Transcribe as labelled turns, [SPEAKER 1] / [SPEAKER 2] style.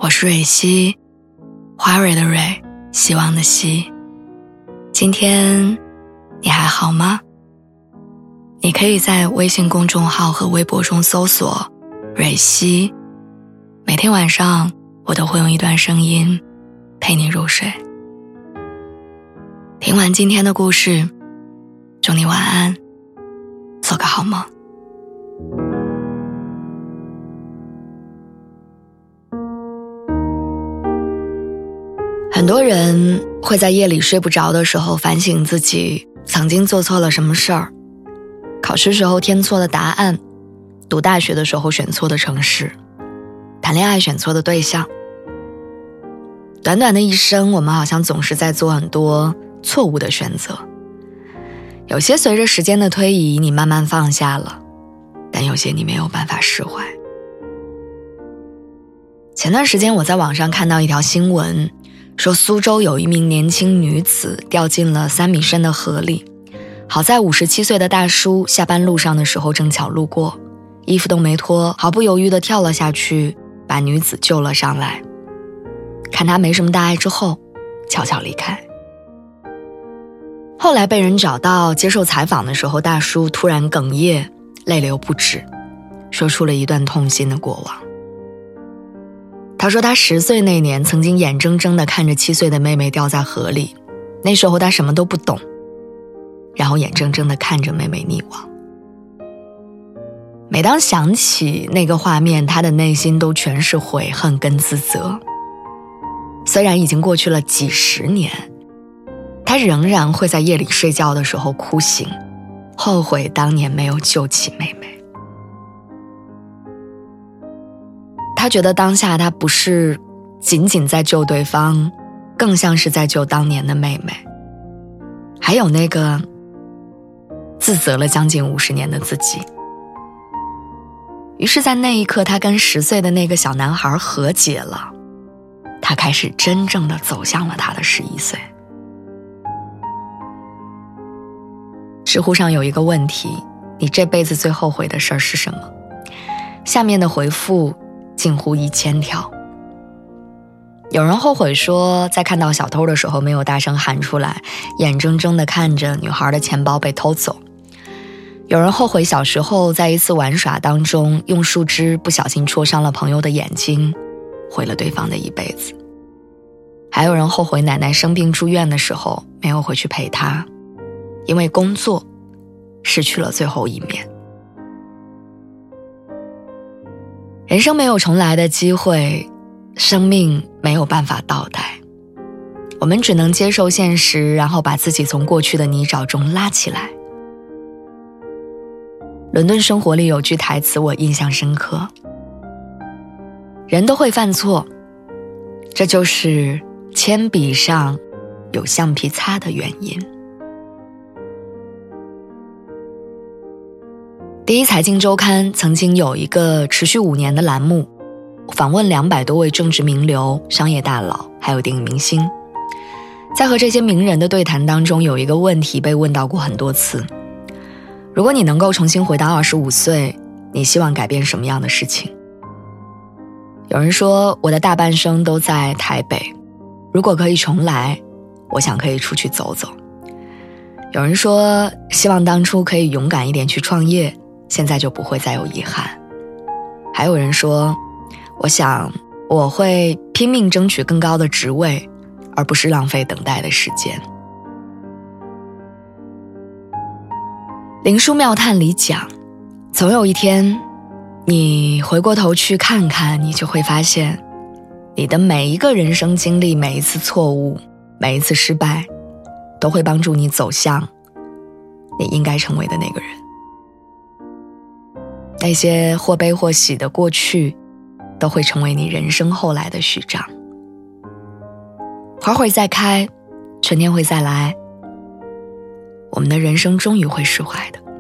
[SPEAKER 1] 我是蕊希，花蕊的蕊，希望的希。今天你还好吗？你可以在微信公众号和微博中搜索蕊希，每天晚上我都会用一段声音陪你入睡。听完今天的故事，祝你晚安，做个好梦。很多人会在夜里睡不着的时候反省自己曾经做错了什么事儿，考试时候填错的答案，读大学的时候选错的城市，谈恋爱选错的对象。短短的一生，我们好像总是在做很多错误的选择，有些随着时间的推移你慢慢放下了，但有些你没有办法释怀。前段时间我在网上看到一条新闻，说苏州有一名年轻女子掉进了3米深的河里，好在57岁的大叔下班路上的时候正巧路过，衣服都没脱，毫不犹豫地跳了下去，把女子救了上来。看她没什么大碍之后，悄悄离开。后来被人找到接受采访的时候，大叔突然哽咽，泪流不止，说出了一段痛心的过往。他说他10岁那年曾经眼睁睁地看着7岁的妹妹掉在河里，那时候他什么都不懂，然后眼睁睁地看着妹妹溺亡。每当想起那个画面，他的内心都全是悔恨跟自责。虽然已经过去了几10年，他仍然会在夜里睡觉的时候哭醒，后悔当年没有救起妹妹。他觉得当下他不是仅仅在救对方，更像是在救当年的妹妹，还有那个自责了将近50年的自己。于是在那一刻，他跟10岁的那个小男孩和解了，他开始真正地走向了他的11岁。知乎上有一个问题，你这辈子最后悔的事儿是什么？下面的回复近乎1000条。有人后悔说，在看到小偷的时候没有大声喊出来，眼睁睁地看着女孩的钱包被偷走。有人后悔小时候在一次玩耍当中用树枝不小心戳伤了朋友的眼睛，毁了对方的一辈子。还有人后悔奶奶生病住院的时候没有回去陪她，因为工作失去了最后一面。人生没有重来的机会，生命没有办法倒带，我们只能接受现实，然后把自己从过去的泥沼中拉起来。伦敦生活里有句台词我印象深刻，人都会犯错，这就是铅笔上有橡皮擦的原因。第一财经周刊曾经有一个持续5年的栏目，访问200多位政治名流、商业大佬还有电影明星。在和这些名人的对谈当中，有一个问题被问到过很多次，如果你能够重新回到25岁，你希望改变什么样的事情？有人说，我的大半生都在台北，如果可以重来，我想可以出去走走。有人说，希望当初可以勇敢一点去创业，现在就不会再有遗憾。还有人说，我想我会拼命争取更高的职位，而不是浪费等待的时间。灵枢妙探里讲，总有一天你回过头去看看，你就会发现你的每一个人生经历，每一次错误，每一次失败，都会帮助你走向你应该成为的那个人。那些或悲或喜的过去，都会成为你人生后来的序章。花会再开，春天会再来，我们的人生终于会释怀的。